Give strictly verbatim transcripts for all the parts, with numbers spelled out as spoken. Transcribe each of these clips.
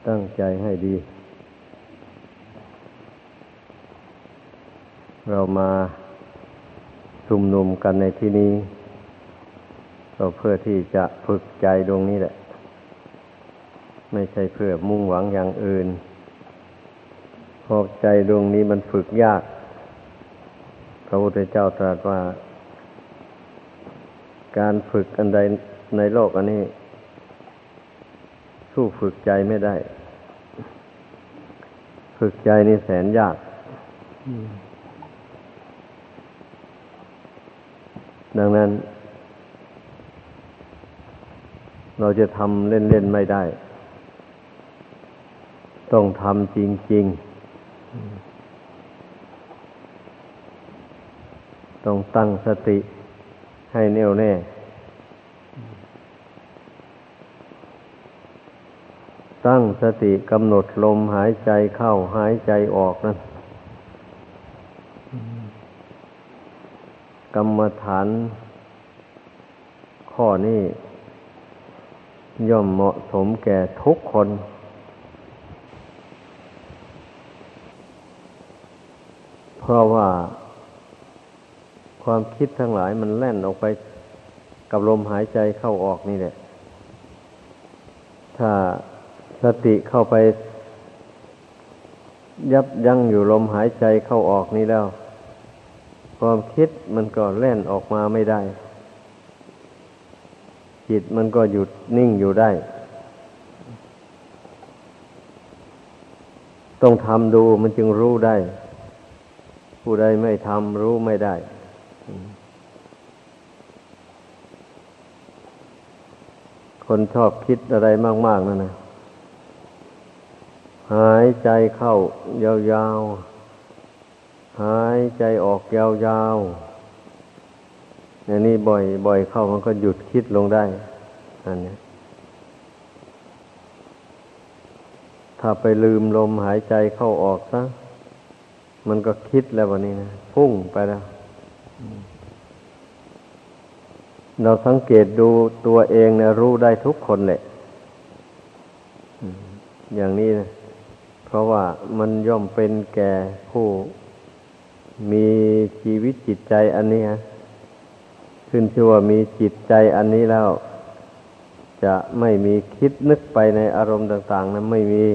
ตั้งใจให้ดีเรามาชุมนุมกันในที่นี้ก็เพื่อที่จะฝึกใจดวงนี้แหละไม่ใช่เพื่อมุ่งหวังอย่างอื่นเพราะใจดวงนี้มันฝึกยากพระพุทธเจ้าตรัสว่าการฝึกอันใดในโลกอันนี้สู้ฝึกใจไม่ได้ฝึกใจนี่แสนยากดังนั้นเราจะทำเล่นๆไม่ได้ต้องทำจริงๆต้องตั้งสติให้แน่วแน่ตั้งสติกำหนดลมหายใจเข้าหายใจออกนั่นกรรมฐานข้อนี้ย่อมเหมาะสมแก่ทุกคนเพราะว่าความคิดทั้งหลายมันแล่นออกไปกับลมหายใจเข้าออกนี่แหละถ้าสติเข้าไปยับยั้งอยู่ลมหายใจเข้าออกนี้แล้วความคิดมันก็แล่นออกมาไม่ได้จิตมันก็หยุดนิ่งอยู่ได้ต้องทำดูมันจึงรู้ได้ผู้ใดไม่ทำรู้ไม่ได้คนชอบคิดอะไรมากๆนั่นนะหายใจเข้ายาวๆหายใจออกยาวๆอย่างนี้บ่อยบ่อยเข้ามันก็หยุดคิดลงได้อันนี้ถ้าไปลืมลมหายใจเข้าออกซะมันก็คิดแล้ววันนี้นะพุ่งไปแล้วเราสังเกตดูตัวเองนะรู้ได้ทุกคนแหละอย่างนี้นะเพราะว่ามันย่อมเป็นแก่ผู้มีชีวิตจิตใจอันนี้ฮะขึ้นชื่อว่ามีจิตใจอันนี้แล้วจะไม่มีคิดนึกไปในอารมณ์ต่างๆนั้นไม่มี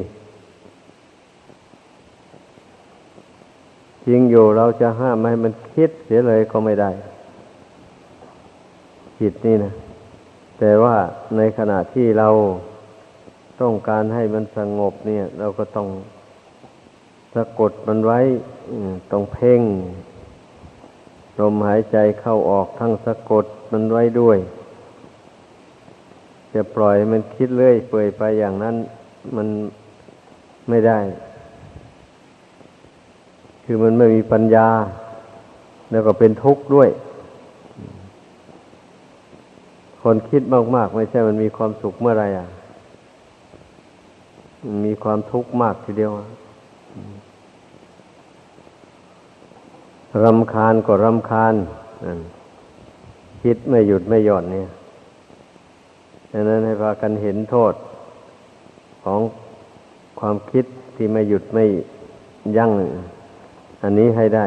จริงอยู่เราจะห้ามไม่ให้มันคิดเสียเลยก็ไม่ได้จิตนี่นะแต่ว่าในขณะที่เราต้องการให้มันสงบเนี่ยเราก็ต้องสะกดมันไว้ต้องเพ่งลมหายใจเข้าออกทั้งสะกดมันไว้ด้วยจะปล่อยมันคิดเรื่อยเปื่อยไปอย่างนั้นมันไม่ได้คือมันไม่มีปัญญาแล้วก็เป็นทุกข์ด้วยคนคิดมากๆไม่ใช่มันมีความสุขเมื่อไรอ่ะมันมีความทุกข์มากทีเดียวรำคาญก็รำคาญคิดไม่หยุดไม่หย่อนเนี่ยดังนั้นให้พากันเห็นโทษของความคิดที่ไม่หยุดไม่ยั้งอันนี้ให้ได้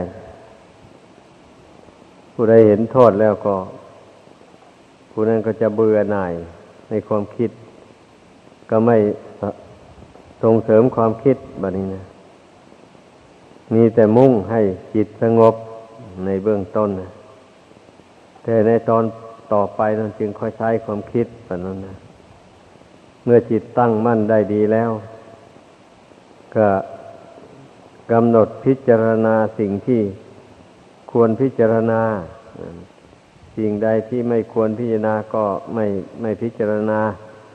ผู้ใดเห็นโทษแล้วก็ผู้นั้นก็จะเบื่อหน่ายในความคิดก็ไม่ส่งเสริมความคิดแบบนี้นะมีแต่มุ่งให้จิตสงบในเบื้องต้นนะแต่ในตอนต่อไปนั้นจึงค่อยใช้ความคิดแบบนั้นนะเมื่อจิตตั้งมั่นได้ดีแล้วก็กำหนดพิจารณาสิ่งที่ควรพิจารณาสิ่งใดที่ไม่ควรพิจารณาก็ไม่ไม่พิจารณา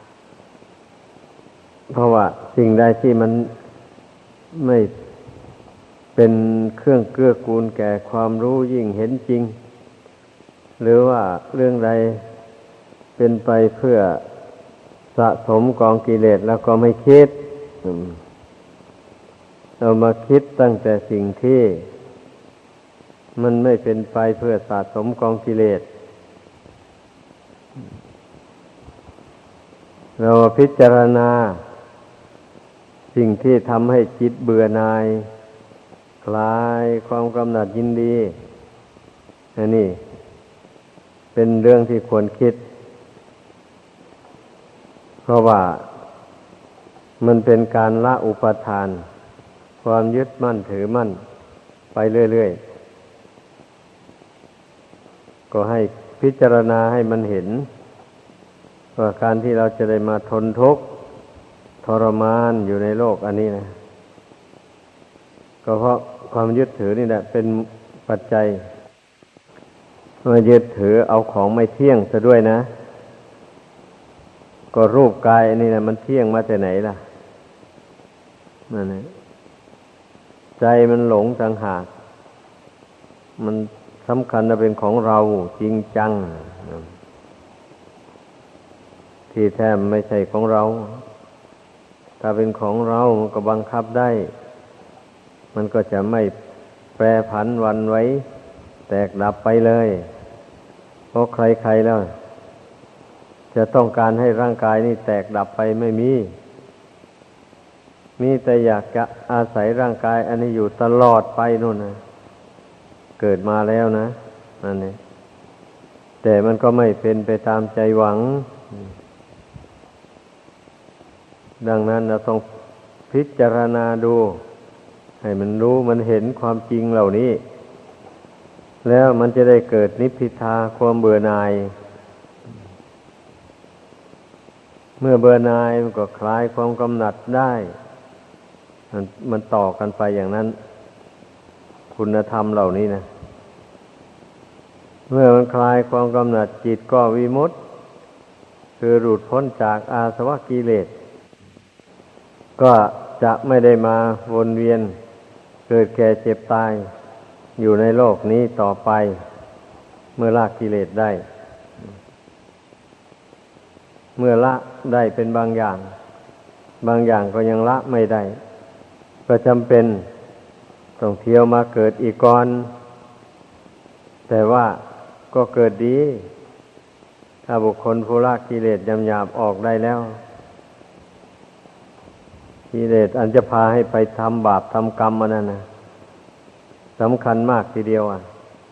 เพราะว่าสิ่งใดที่มันไม่เป็นเครื่องเกื้อกูลแก่ความรู้ยิ่งเห็นจริงหรือว่าเรื่องใดเป็นไปเพื่อสะสมกองกิเลสแล้วก็ไม่คิดเรามาคิดตั้งแต่สิ่งที่มันไม่เป็นไปเพื่อสะสมกองกิเลสเราพิจารณาสิ่งที่ทำให้จิตเบื่อหน่ายคลายความกำหนัดยินดีอันนี้เป็นเรื่องที่ควรคิดเพราะว่ามันเป็นการละอุปทานความยึดมั่นถือมั่นไปเรื่อยๆก็ให้พิจารณาให้มันเห็นว่าการที่เราจะได้มาทนทุกข์ทรมานอยู่ในโลกอันนี้นะก็เพราะความยึดถือนี่แหละเป็นปัจจัยมายึดถือเอาของไม่เที่ยงซะด้วยนะก็รูปกายอันนี้นะมันเที่ยงมาแต่ไหนล่ะนั่นแหละใจมันหลงต่างหากมันสำคัญว่าเป็นของเราจริงจังที่แท้ไม่ใช่ของเราถ้าเป็นของเรามันก็บังคับได้มันก็จะไม่แปรผันวันไหวแตกดับไปเลยเพราะใครๆแล้วจะต้องการให้ร่างกายนี้แตกดับไปไม่มีมีแต่อยากจะอาศัยร่างกายอันนี้อยู่ตลอดไปนู่นนะเกิดมาแล้วนะนั่นเองแต่มันก็ไม่เป็นไปตามใจหวังดังนั้นเราต้องพิจารณาดูให้มันรู้มันเห็นความจริงเหล่านี้แล้วมันจะได้เกิดนิพพิทาความเบื่อหน่ายเมื่อเบื่อหน่ายมันก็คลายความกำหนัดได้มันมันต่อกันไปอย่างนั้นคุณธรรมเหล่านี้นะเมื่อมันคลายความกำหนัดจิตก็วิมุตติคือหลุดพ้นจากอาสวะกิเลสก็จะไม่ได้มาวนเวียนเกิดแก่เจ็บตายอยู่ในโลกนี้ต่อไปเมื่อละกิเลสได้เมื่อละได้เป็นบางอย่างบางอย่างก็ยังละไม่ได้ก็จำเป็นต้องเที่ยวมาเกิดอีกก่อนแต่ว่าก็เกิดดีถ้าบุคคลผู้ละกิเลสหยาบๆออกได้แล้วกิเลสอันจะพาให้ไปทำบาปทำกรรมอันนั้นนะสำคัญมากทีเดียวอ่ะ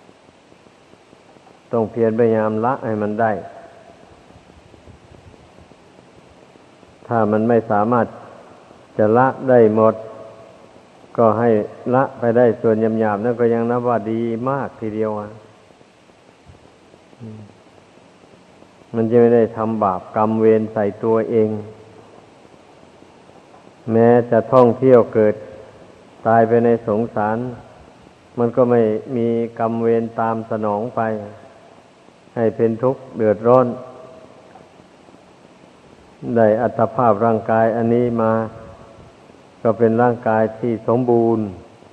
ต้องเพียรพยายามละให้มันได้ถ้ามันไม่สามารถจะละได้หมดก็ให้ละไปได้ส่วนหยาบๆนั่นก็ยังนับว่าดีมากทีเดียวอ่ะมันจะไม่ได้ทำบาปกรรมเวรใส่ตัวเองแม้จะท่องเที่ยวเกิดตายไปในสงสารมันก็ไม่มีกรรมเวรตามสนองไปให้เป็นทุกข์เดือดร้อนได้อัตภาพร่างกายอันนี้มาก็เป็นร่างกายที่สมบูรณ์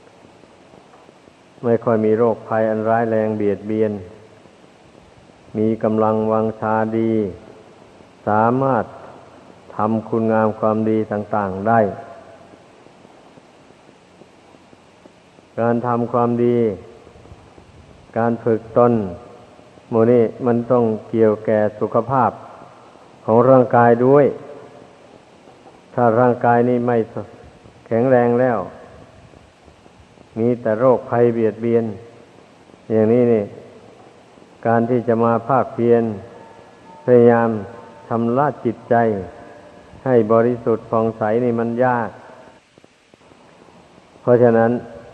ไม่ค่อยมีโรคภัยอันร้ายแรงเบียดเบียนมีกำลังวังชาดีสามารถทำคุณงามความดีต่างๆได้การทำความดีการฝึกตนโมนี่มันต้องเกี่ยวแก่สุขภาพของร่างกายด้วยถ้าร่างกายนี้ไม่แข็งแรงแล้วมีแต่โรคภัยเบียดเบียนอย่างนี้นี่การที่จะมาภาคเพียรพยายามชำระจิตใจให้บริสุทธิ์ผ่องใสนี่มันยากเพราะฉะนั้น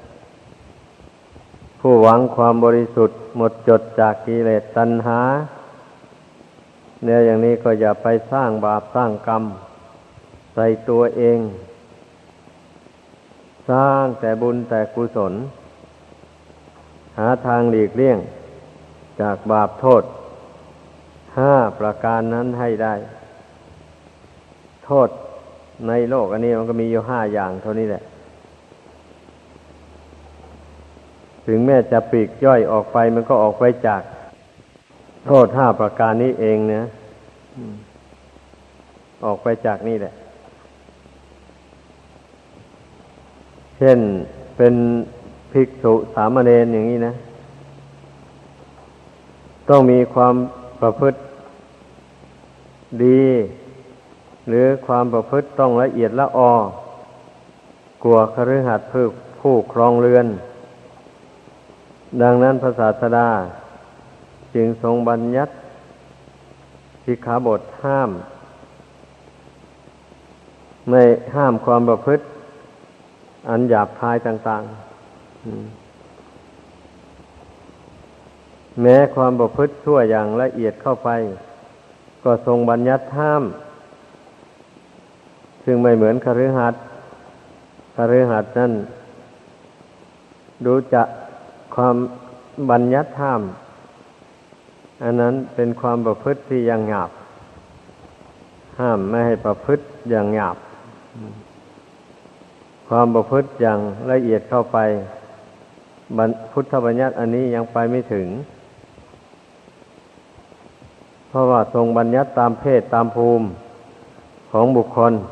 ผู้หวังความบริสุทธิ์หมดจดจากกิเลสตัณหาเนี่ยอย่างนี้ก็อย่าไปสร้างบาปสร้างกรรมใส่ตัวเองสร้างแต่บุญแต่กุศลหาทางหลีกเลี่ยงจากบาปโทษห้าประการนั้นให้ได้โทษในโลกอันนี้มันก็มีอยู่ห้าอย่างเท่านี้แหละถึงแม้จะปลีกย่อยออกไปมันก็ออกไปจากโทษห้าประการนี้เองนะออกไปจากนี่แหละเช่นเป็นภิกษุสามเณรอย่างนี้นะต้องมีความประพฤติดีหรือความประพฤติต้องละเอียดละออกลัวคฤหัสถ์ผู้ผู้ครองเรือนดังนั้นพระศาสดาจึงทรงบัญญัติสิกขาบทห้ามไม่ห้ามความประพฤติอันหยาบคายต่างๆแม้ความประพฤติชั่วอย่างละเอียดเข้าไปก็ทรงบัญญัติห้ามซึ่งไม่เหมือนคฤหัสถ์คฤหัสถ์นั้นรู้จักความบัญญัติห้ามอันนั้นเป็นความประพฤติที่ยังหยาบห้ามไม่ให้ประพฤติอย่างหยาบความประพฤติอย่างละเอียดเข้าไปพุทธบัญญัติอันนี้ยังไปไม่ถึงเพราะว่าทรงบัญญัติตามเพศตามภูมิของบุคคล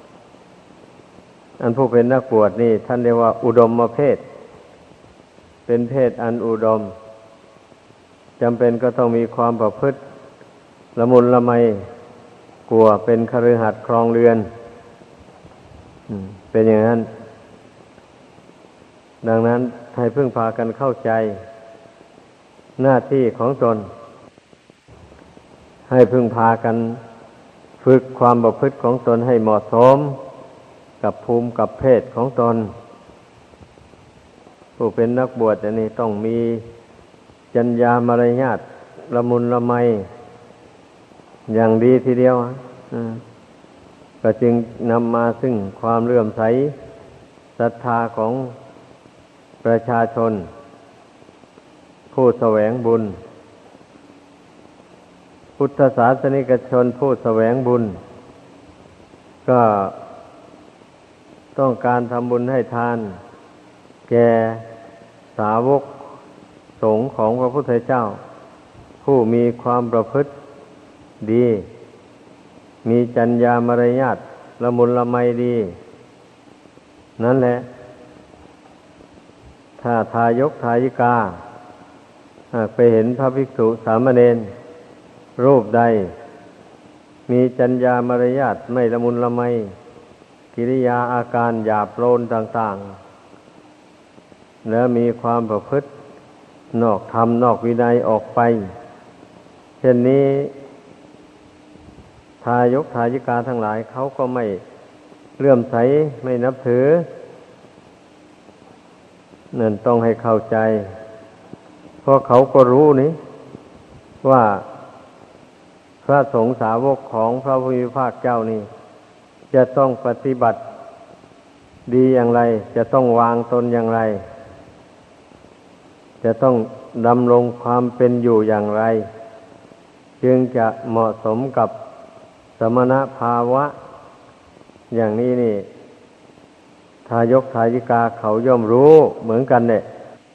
อันผู้เป็นนักบวชนี่ท่านเรียกว่าอุดมเพศเป็นเพศอันอุดมจำเป็นก็ต้องมีความประพฤติละมุนละไมกลัวเป็นคฤหัสถ์ครองเรือนเป็นอย่างนั้นดังนั้นให้พึ่งพากันเข้าใจหน้าที่ของตนให้พึ่งพากันฝึกความประพฤติของตนให้เหมาะสมกับภูมิกับเพศของตนผู้เป็นนักบวชอันนี้ต้องมีจรรยามารยาทละมุนละไมอย่างดีทีเดียวก็จึงนำมาซึ่งความเลื่อมใสศรัทธาของประชาชนผู้แสวงบุญพุทธศาสนิกชนผู้แสวงบุญก็ต้องการทำบุญให้ทานแก่สาวกสงฆ์ของพระพุทธเจ้าผู้มีความประพฤติดีมีจรรยามารยาทละมุนละไมดีนั่นแหละถ้าทายกทายิกาหากไปเห็นพระภิกษุสามเณรรูปใดมีจรรยามารยาทไม่ละมุนละไมกิริยาอาการหยาบโลนต่างๆแล้วมีความประพฤตินอกธรรมนอกวินัยออกไปเช่นนี้ทายกทายิกาทั้งหลายเขาก็ไม่เลื่อมใสไม่นับถือนั่นต้องให้เข้าใจเพราะเขาก็รู้นี่ว่าพระสงฆ์สาวกของพระผู้มีพระภาคเจ้านี่จะต้องปฏิบัติดีอย่างไรจะต้องวางตนอย่างไรจะต้องดำรงความเป็นอยู่อย่างไรจึงจะเหมาะสมกับสมณภาวะอย่างนี้นี่ทายกทายิกาเขาย่อมรู้เหมือนกันเนี่ย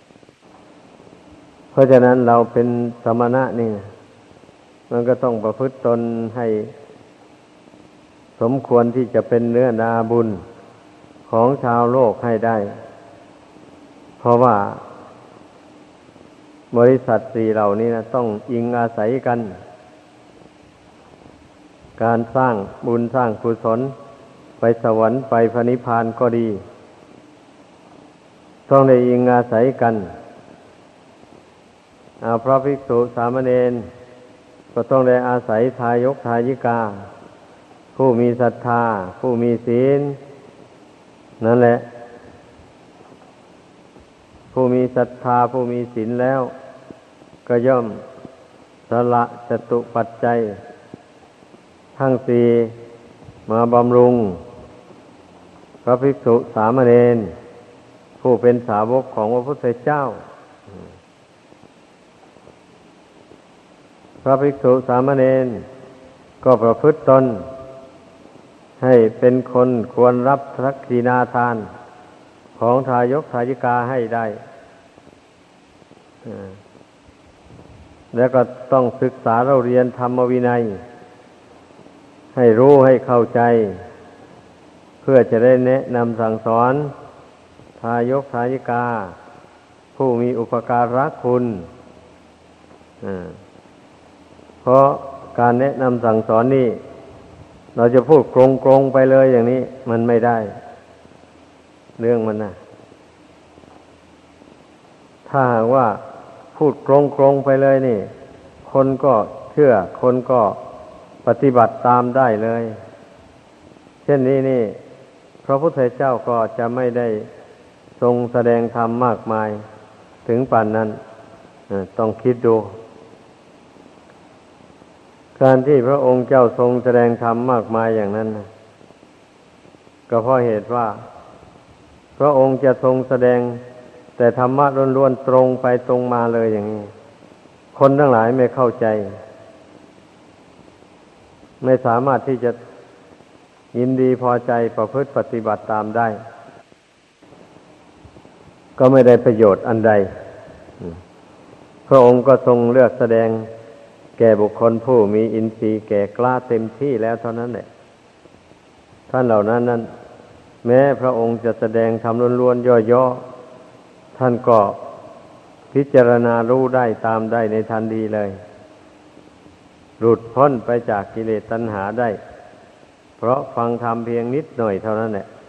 เพราะฉะนั้นเราเป็นสมณะนี่มันก็ต้องประพฤติตนให้สมควรที่จะเป็นเนื้อนาบุญของชาวโลกให้ได้เพราะว่าบริษัทสี่เหล่านี้นะต้องอิงอาศัยกันการสร้างบุญสร้างกุศลไปสวรรค์ไปพระนิพพานก็ดีต้องได้อิงอาศัยกันเอาพระภิกษุสามเณรก็ต้องได้อาศัยทายกทายิกาผู้มีศรัทธาผู้มีศีลนั่นแหละผู้มีศรัทธาผู้มีศีลแล้วก็ย่อมสละจตุปัจจัยทั้งสี่มาบำรุงพระภิกษุสามเณรผู้เป็นสาวกของพระพุทธเจ้าพระภิกษุสามเณรก็ประพฤติตนให้เป็นคนควรรับทักษิณาทานของทายกทายิกาให้ได้แล้วก็ต้องศึกษาเราเรียนธรรมวินัยให้รู้ให้เข้าใจเพื่อจะได้แนะนำสั่งสอนทายกทายิกาผู้มีอุปการะคุณเพราะการแนะนำสั่งสอนนี่เราจะพูดโกงๆไปเลยอย่างนี้มันไม่ได้เรื่องมันนะถ้าหากว่าพูดตรงๆไปเลยนี่คนก็เชื่อคนก็ปฏิบัติตามได้เลยเช่นนี้นี่พระพุทธเจ้าก็จะไม่ได้ทรงแสดงธรรมมากมายถึงป่านนั้นต้องคิดดูการที่พระองค์เจ้าทรงแสดงธรรมมากมายอย่างนั้นก็เพราะเหตุว่าพระองค์จะทรงแสดงแต่ธรรมะล้วนๆตรงไปตรงมาเลยอย่างนี้คนทั้งหลายไม่เข้าใจไม่สามารถที่จะยินดีพอใจประพฤติปฏิบัติตามได้ก็ไม่ได้ประโยชน์อันใดพระองค์ก็ทรงเลือกแสดงแก่บุคคลผู้มีอินทรีย์แก่กล้าเต็มที่แล้วเท่านั้นแหละท่านเหล่านั้นนั้นแม้พระองค์จะแสดงธรรมล้วนๆย่อๆท่านก็พิจารณารู้ได้ตามได้ในทันทีเลยหลุดพ้นไปจากกิเลสตัณหาได้เพราะฟังธรรมเพียงนิดหน่อยเท่านั้นแหละ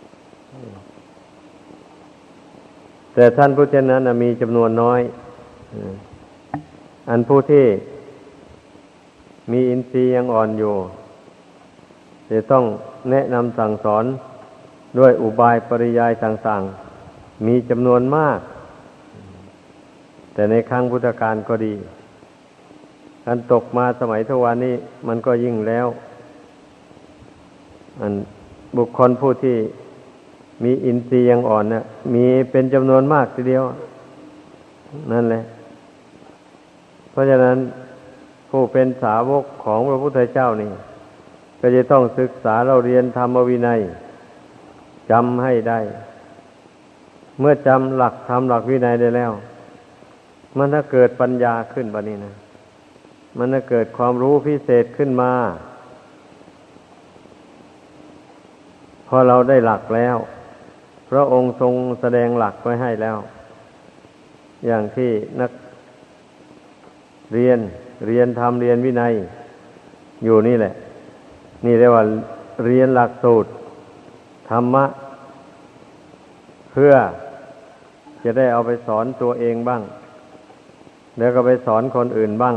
แต่ท่านผู้เช่นนั้นมีจำนวนน้อยอันผู้ที่มีอินทรีย์ยังอ่อนอยู่จะต้องแนะนำสั่งสอนด้วยอุบายปริยายต่างๆมีจำนวนมากแต่ในครั้งพุทธกาลก็ดีการตกมาสมัยทุกวันนี้มันก็ยิ่งแล้วอันบุคคลผู้ที่มีอินทรีย์ยังอ่อนน่ะมีเป็นจำนวนมากทีเดียวนั่นแหละเพราะฉะนั้นผู้เป็นสาวกของพระพุทธเจ้านี่ก็จะต้องศึกษาเราเรียนธรรมวินัยจำให้ได้เมื่อจำหลักธรรมหลักวินัยได้แล้วมันถ้าเกิดปัญญาขึ้นบัดนี้นะมันจะเกิดความรู้พิเศษขึ้นมาพอเราได้หลักแล้วพระองค์ทรงแสดงหลักไว้ให้แล้วอย่างที่นักเรียนเรียนธรรมเรียนวินัยอยู่นี่แหละนี่เรียกว่าเรียนหลักสูตรธรรมะเพื่อจะได้เอาไปสอนตัวเองบ้างแล้วก็ไปสอนคนอื่นบ้าง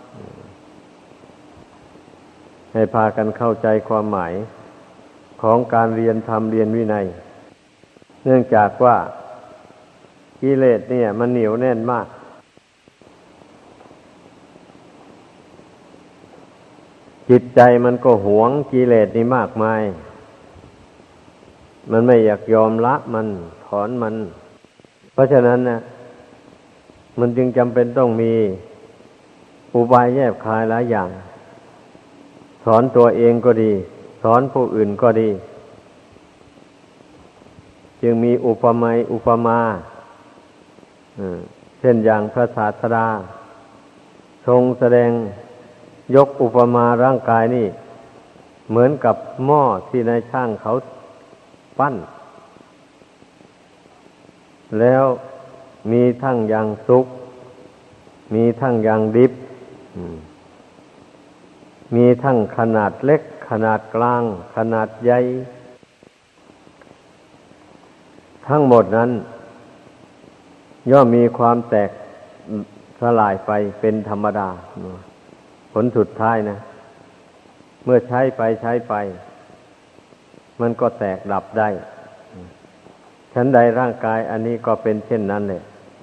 ให้พากันเข้าใจความหมายของการเรียนธรรมเรียนวินัยเนื่องจากว่ากิเลสเนี่ยมันเหนียวแน่นมากจิตใจมันก็หวงกิเลสนี่มากมายมันไม่อยากยอมละมันถอนมันเพราะฉะนั้นนะมันจึงจำเป็นต้องมีอุบายแยบคายหลายอย่างสอนตัวเองก็ดีสอนผู้อื่นก็ดีจึงมีอุปมาอุปมาเช่นอย่างพระศาสดาทรงแสดงยกอุปมาร่างกายนี่เหมือนกับหม้อที่นายช่างเขาปั้นแล้วมีทั้งอย่างสุกมีทั้งอย่างดิบมีทั้งขนาดเล็กขนาดกลางขนาดใหญ่ทั้งหมดนั้นย่อมมีความแตกสลายไปเป็นธรรมดาผลสุดท้ายนะเมื่อใช้ไปใช้ไปมันก็แตกดับได้ฉันใดร่างกายอันนี้ก็เป็นเช่นนั้นแหละ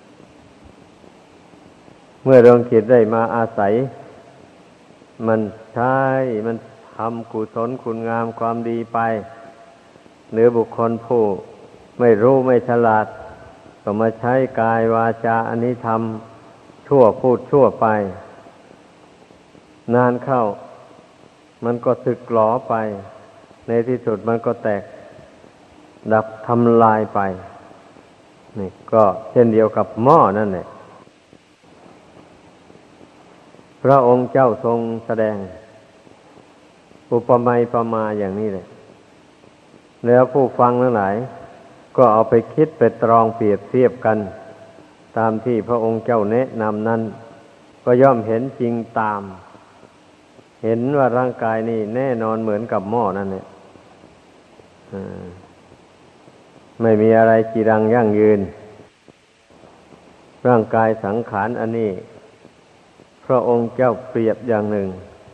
เมื่อดวงจิตได้มาอาศัยมันใช้มันทำกุศลคุณงามความดีไปหรือบุคคลผู้ไม่รู้ไม่ฉลาดก็มาใช้กายวาจาอันนี้ทำชั่วพูดชั่วไปนานเข้ามันก็สึกหลอไปในที่สุดมันก็แตกดับทำลายไปนี่ก็เช่นเดียวกับหม้อนั่นแหละพระองค์เจ้าทรงแสดงอุปมาอุปไมยอย่างนี้เลยแล้วผู้ฟังทั้งหลายก็เอาไปคิดไปตรองเปรียบเทียบกันตามที่พระองค์เจ้าแนะนำนั้นก็ย่อมเห็นจริงตามเห็นว่าร่างกายนี่แน่นอนเหมือนกับหม้อนั่นแหละไม่มีอะไรจีรังยั่งยืนร่างกายสังขารอันนี้พระองค์เจ้าเปรียบอย่างหนึ่ง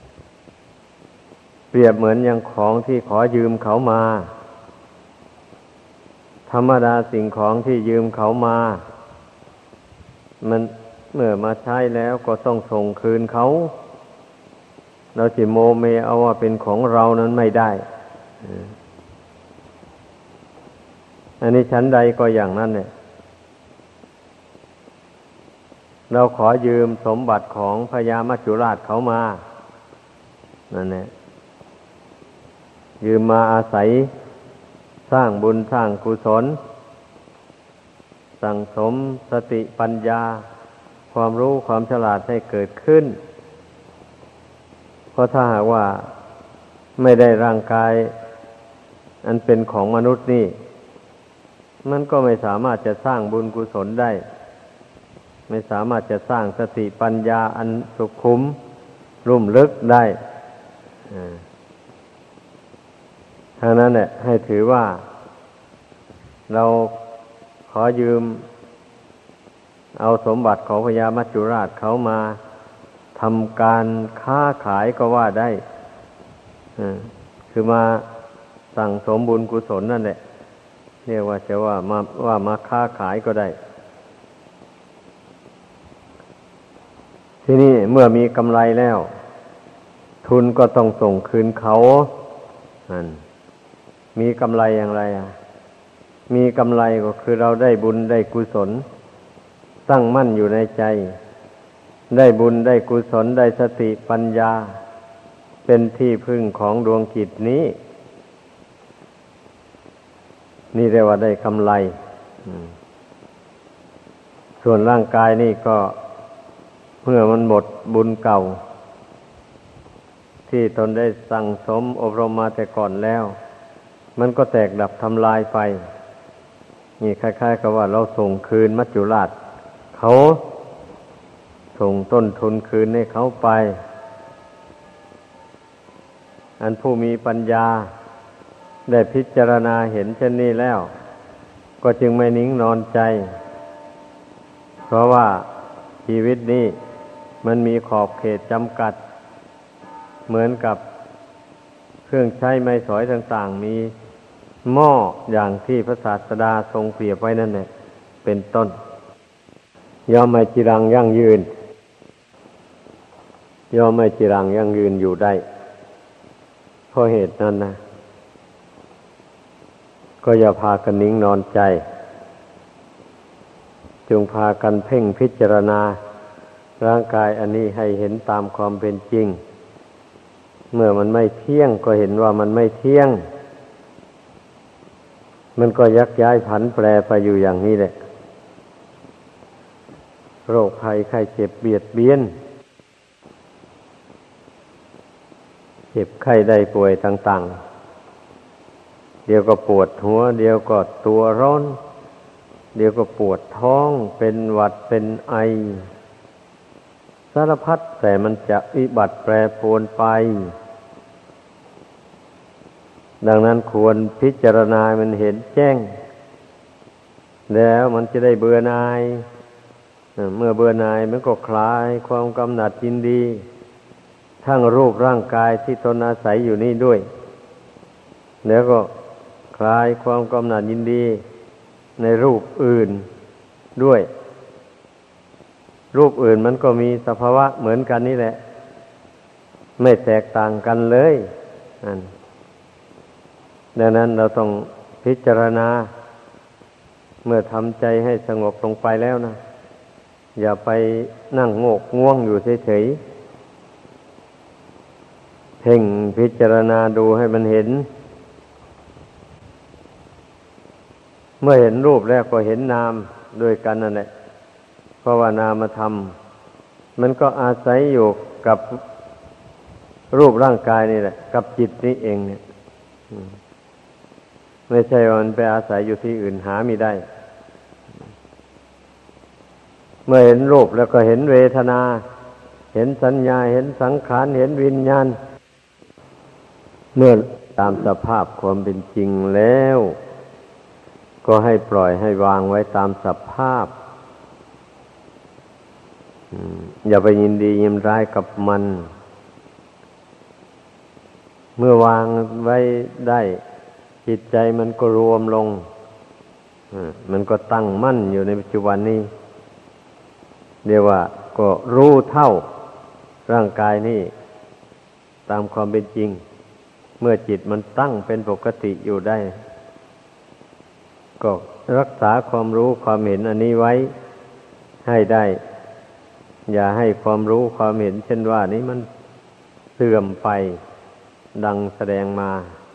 เปรียบเหมือนอย่างของที่ขอยืมเขามาธรรมดาสิ่งของที่ยืมเขามามันเมื่อมาใช้แล้วก็ต้องส่งคืนเขาเราจิโมเมเอาว่าเป็นของเรานั้นไม่ได้อันนี้ชั้นใดก็อย่างนั้นเนี่ยเราขอยืมสมบัติของพญามัจจุราชเขามานั่นแหละยืมมาอาศัยสร้างบุญสร้างกุศลสั่งสมสติปัญญาความรู้ความฉลาดให้เกิดขึ้นเพราะถ้าหากว่าไม่ได้ร่างกายอันเป็นของมนุษย์นี่มันก็ไม่สามารถจะสร้างบุญกุศลได้ไม่สามารถจะสร้างสติปัญญาอันสุขุมลุ่มลึกได้ทางนั้นแหละให้ถือว่าเราขอยืมเอาสมบัติของพญามัจจุราชเขามาทำการค้าขายก็ว่าได้คือมาสั่งสมบุญกุศลนั่นแหละเรียกว่าจะว่ามาว่ามาค้าขายก็ได้ที่นี่เมื่อมีกำไรแล้วทุนก็ต้องส่งคืนเขานั่นมีกำไรอย่างไรอ่ะมีกำไรก็คือเราได้บุญได้กุศลตั้งมั่นอยู่ในใจได้บุญได้กุศลได้สติปัญญาเป็นที่พึ่งของดวงจิตนี้นี่เรียกว่าได้กำไรส่วนร่างกายนี่ก็เมื่อมันหมดบุญเก่าที่ตนได้สั่งสมอบรมมาแต่ก่อนแล้วมันก็แตกดับทำลายไปนี่คล้ายๆกับว่าเราส่งคืนมัจจุราชเขาส่งต้นทุนคืนให้เขาไปอันผู้มีปัญญาได้พิจารณาเห็นเช่นนี้แล้วก็จึงไม่นิ่งนอนใจเพราะว่าชีวิตนี้มันมีขอบเขตจำกัดเหมือนกับเครื่องใช้ไม้สอยต่างๆมีหม้ออย่างที่พระศาสดาทรงเปรียบไว้นั่นแหละเป็นต้นย่อมไม่จีรังยั่งยืนย่อมไม่จีรังยั่งยืนอยู่ได้เพราะเหตุนั้นนะก็อย่าพากันนิ่งนอนใจจงพากันเพ่งพิจารณาร่างกายอันนี้ให้เห็นตามความเป็นจริงเมื่อมันไม่เที่ยงก็เห็นว่ามันไม่เที่ยงมันก็ยักย้ายผันแปรไปอยู่อย่างนี้แหละโรคภัยไข้เจ็บเบียดเบียนเจ็บไข้ได้ป่วยต่างๆเดี๋ยวก็ปวดหัวเดี๋ยวก็ตัวร้อนเดี๋ยวก็ปวดท้องเป็นหวัดเป็นไอสารพัดแต่มันจะวิบัติแปรปรวนไปดังนั้นควรพิจารณามันเห็นแจ้งแล้วมันจะได้เบื่อหน่ายเมื่อเบื่อหน่ายมันก็คลายความกำหนัดยินดีทั้งรูปร่างกายที่ตนอาศัยอยู่นี่ด้วยแล้วก็คลายความกำหนัดยินดีในรูปอื่นด้วยรูปอื่นมันก็มีสภาวะเหมือนกันนี่แหละไม่แตกต่างกันเลยนั่นดังนั้นเราต้องพิจารณาเมื่อทำใจให้สงบลงไปแล้วนะอย่าไปนั่งโงกง่วงอยู่เฉยๆเพ่งพิจารณาดูให้มันเห็นเมื่อเห็นรูปแล้วก็เห็นนามด้วยกันนั่นแหละเพราะว่านามธรรมมันก็อาศัยอยู่กับรูปร่างกายนี่แหละกับจิตนี้เองเนี่ยไม่ใช่ว่ามันไปอาศัยอยู่ที่อื่นหาไม่ได้เมื่อเห็นรูปแล้วก็เห็นเวทนาเห็นสัญญาเห็นสังขารเห็นวิญญาณเมื่อตามสภาพความเป็นจริงแล้วก็ให้ปล่อยให้วางไว้ตามสภาพอย่าไปยินดียินร้ายกับมัน เมื่อวางไว้ได้จิตใจมันก็รวมลงมันก็ตั้งมั่นอยู่ในปัจจุบันนี้เรียกว่าก็รู้เท่าร่างกายนี้ตามความเป็นจริงเมื่อจิตมันตั้งเป็นปกติอยู่ได้ก็รักษาความรู้ความเห็นอันนี้ไว้ให้ได้อย่าให้ความรู้ความเห็นเช่นว่านี้มันเสื่อมไปดังแสดงมา